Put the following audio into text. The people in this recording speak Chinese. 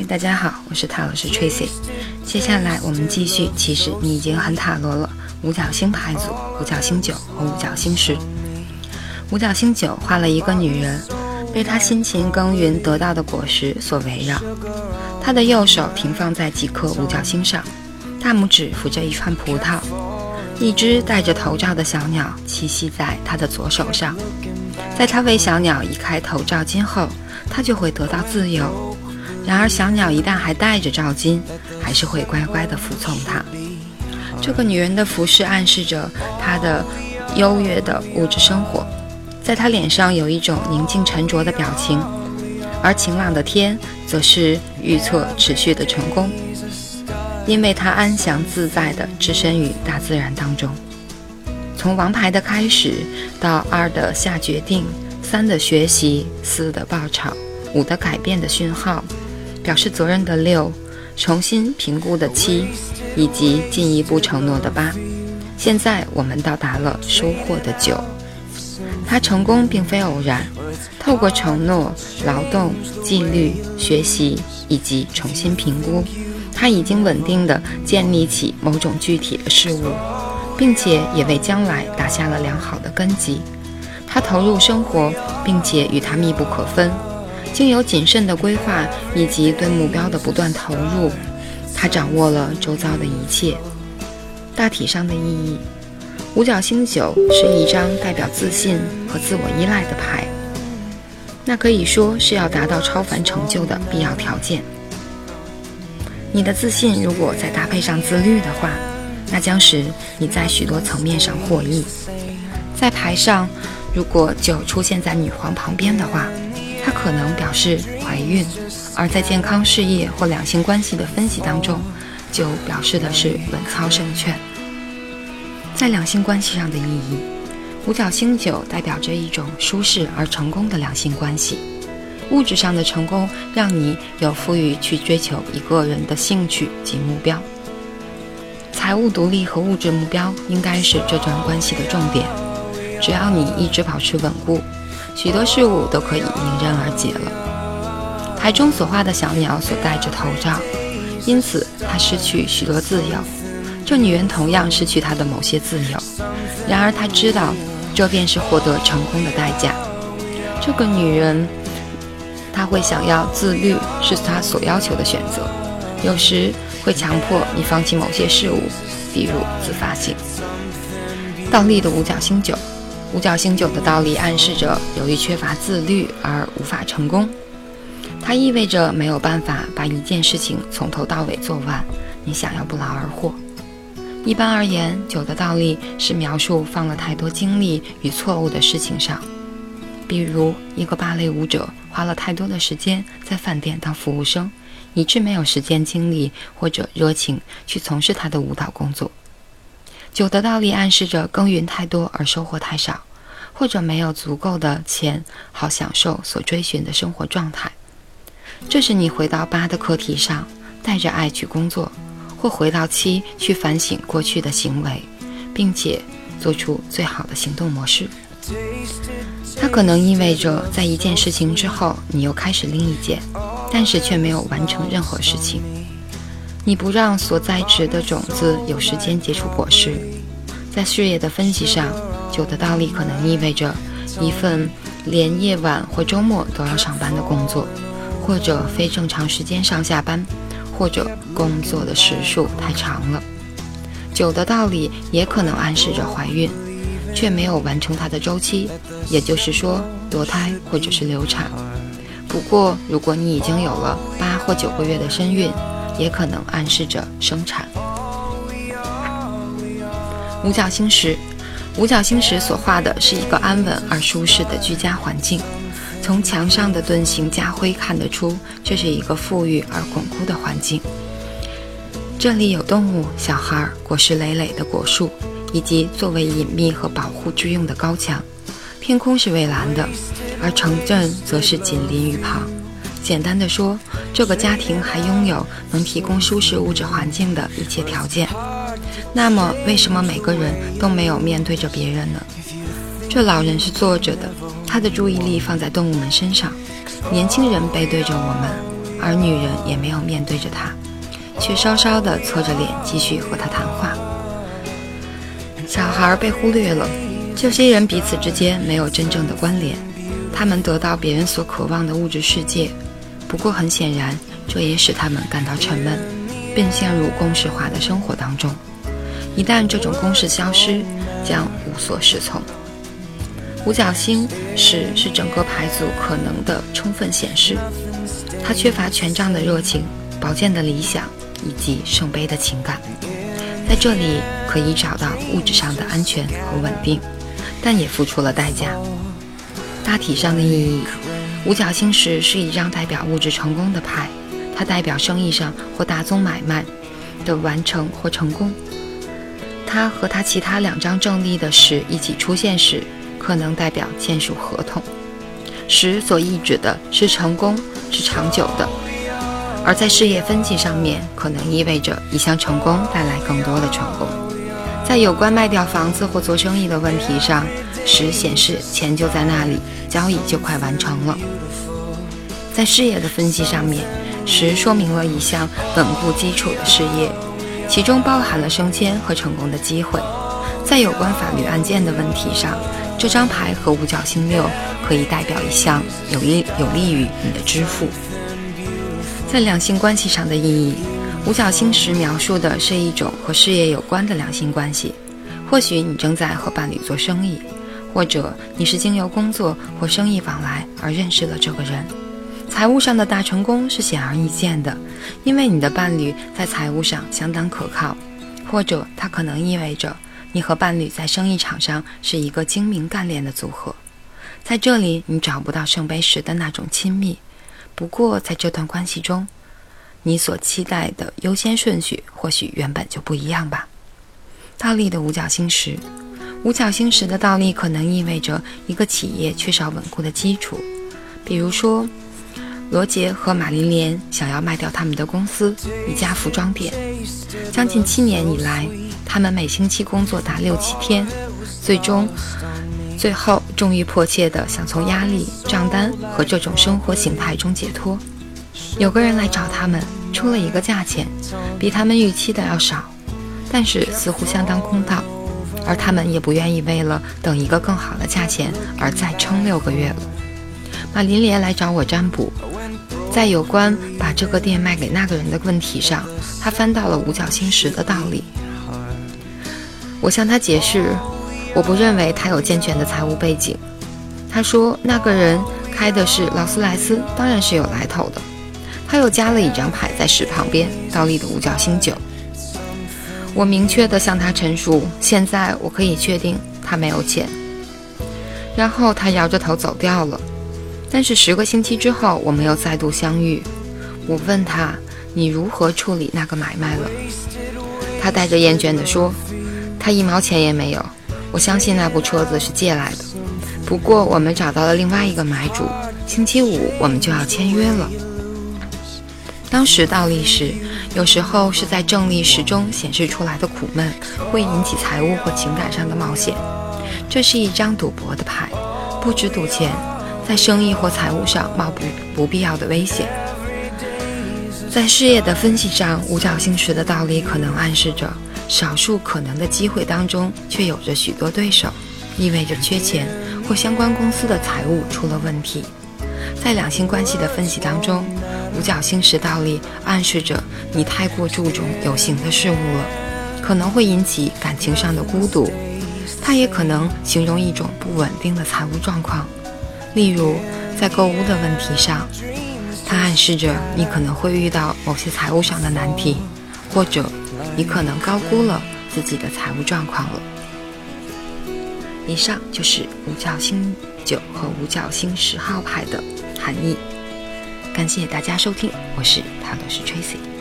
大家好，我是塔罗师 Tracy。接下来我们继续，其实你已经很塔罗了，五角星牌组、五角星9和五角星10。五角星9画了一个女人，被她辛勤耕耘得到的果实所围绕。她的右手停放在几颗五角星上，大拇指扶着一串葡萄，一只戴着头罩的小鸟栖息在她的左手上。在她为小鸟移开头罩巾后，她就会得到自由。然而小鸟一旦还戴着罩巾，还是会乖乖地服从她。这个女人的服饰暗示着她的优越的物质生活，在她脸上有一种宁静沉着的表情，而晴朗的天则是预测持续的成功，因为她安详自在地置身于大自然当中。从王牌的开始到2的下决定，3的学习，4的爆炒，5的改变的讯号，表示责任的6，重新评估的7，以及进一步承诺的8。现在我们到达了收获的9。它成功并非偶然，透过承诺、劳动、纪律、学习以及重新评估，它已经稳定地建立起某种具体的事物，并且也为将来打下了良好的根基。它投入生活，并且与它密不可分。经由谨慎的规划以及对目标的不断投入，他掌握了周遭的一切。大体上的意义，五角星9是一张代表自信和自我依赖的牌，那可以说是要达到超凡成就的必要条件。你的自信如果再搭配上自律的话，那将使你在许多层面上获益。在牌上，如果9出现在女皇旁边的话，它可能表示怀孕，而在健康事业或两性关系的分析当中，9表示的是稳操胜券。在两性关系上的意义，五角星9代表着一种舒适而成功的两性关系。物质上的成功让你有富裕去追求一个人的兴趣及目标。财务独立和物质目标应该是这段关系的重点。只要你一直保持稳固，许多事物都可以迎刃而解了。牌中所画的小鸟所戴着头罩，因此她失去许多自由。这女人同样失去她的某些自由，然而她知道这便是获得成功的代价。这个女人，她会想要自律，是她所要求的选择，有时会强迫你放弃某些事物，比如自发性。倒立的五角星9，五角星9的倒立暗示着由于缺乏自律而无法成功，它意味着没有办法把一件事情从头到尾做完，你想要不劳而获。一般而言，9的倒立是描述放了太多精力与错误的事情上，比如一个芭蕾舞者花了太多的时间在饭店当服务生，以致没有时间精力或者热情去从事他的舞蹈工作。9的倒立暗示着耕耘太多而收获太少，或者没有足够的钱好享受所追寻的生活状态。这是你回到8的课题上，带着爱去工作，或回到7去反省过去的行为，并且做出最好的行动模式。它可能意味着在一件事情之后，你又开始另一件，但是却没有完成任何事情。你不让所栽植的种子有时间结出果实。在事业的分析上，9的倒立可能意味着一份连夜晚或周末都要上班的工作，或者非正常时间上下班，或者工作的时数太长了。9的倒立也可能暗示着怀孕，却没有完成它的周期，也就是说堕胎或者是流产。不过如果你已经有了8或9个月的身孕，也可能暗示着生产。五角星10，五角星10所画的是一个安稳而舒适的居家环境。从墙上的盾形家徽看得出，这是一个富裕而巩固的环境。这里有动物、小孩、果实累累的果树，以及作为隐秘和保护之用的高墙。天空是蔚蓝的，而城镇则是紧邻于旁。简单的说，这个家庭还拥有能提供舒适物质环境的一切条件。那么为什么每个人都没有面对着别人呢？这老人是坐着的，他的注意力放在动物们身上，年轻人背对着我们， 而女人也没有面对着他，却稍稍地侧着脸继续和他谈话。小孩被忽略了，这些人彼此之间没有真正的关联，他们得到别人所渴望的物质世界，不过很显然，这也使他们感到沉闷，并陷入公式化的生活当中。一旦这种公式消失，将无所适从。五角星时是整个牌组可能的充分显示，它缺乏权杖的热情、宝剑的理想以及圣杯的情感。在这里可以找到物质上的安全和稳定，但也付出了代价。大体上的意义，五角星石是一张代表物质成功的牌，它代表生意上或大宗买卖的完成或成功。它和它其他2张正例的石一起出现时，可能代表签署合同。石所意指的是成功，是长久的，而在事业分析上面，可能意味着一项成功带来更多的成功。在有关卖掉房子或做生意的问题上，石显示钱就在那里，交易就快完成了。在事业的分析上面，石说明了一项稳固基础的事业，其中包含了升迁和成功的机会。在有关法律案件的问题上，这张牌和五角星6可以代表一项有利于你的支付。在两性关系上的意义，五角星石描述的是一种和事业有关的两性关系。或许你正在和伴侣做生意，或者你是经由工作或生意往来而认识了这个人。财务上的大成功是显而易见的，因为你的伴侣在财务上相当可靠，或者它可能意味着你和伴侣在生意场上是一个精明干练的组合。在这里你找不到圣杯时的那种亲密，不过在这段关系中，你所期待的优先顺序或许原本就不一样吧。倒立的五角星石，五角星石的倒立可能意味着一个企业缺少稳固的基础，比如说罗杰和玛丽莲想要卖掉他们的公司，一家服装店。将近7年以来，他们每星期工作达6-7天，最后终于迫切地想从压力、账单和这种生活形态中解脱。有个人来找他们，出了一个价钱，比他们预期的要少，但是似乎相当公道，而他们也不愿意为了等一个更好的价钱而再撑6个月了。玛丽莲来找我占卜，在有关把这个店卖给那个人的问题上，他翻到了五角星石的道理。我向他解释，我不认为他有健全的财务背景。他说那个人开的是劳斯莱斯，当然是有来头的。他又加了一张牌在石旁边，倒立的五角星9。我明确地向他陈述，现在我可以确定他没有钱。然后他摇着头走掉了。但是10个星期之后，我们又再度相遇。我问他，你如何处理那个买卖了？他带着厌倦地说，他1毛钱也没有。我相信那部车子是借来的。不过我们找到了另外一个买主，星期5我们就要签约了。当时倒立时，有时候是在正立时中显示出来的苦闷，会引起财务或情感上的冒险。这是一张赌博的牌，不只赌钱，在生意或财务上冒不必要的危险。在事业的分析上，五角星石的倒立可能暗示着少数可能的机会当中却有着许多对手，意味着缺钱或相关公司的财务出了问题。在两性关系的分析当中，五角星石倒立暗示着你太过注重有形的事物了，可能会引起感情上的孤独。它也可能形容一种不稳定的财务状况，例如在购物的问题上，它暗示着你可能会遇到某些财务上的难题，或者你可能高估了自己的财务状况了。以上就是五角星9和五角星10号牌的含义。感谢大家收听，我是塔罗斯 Tracy。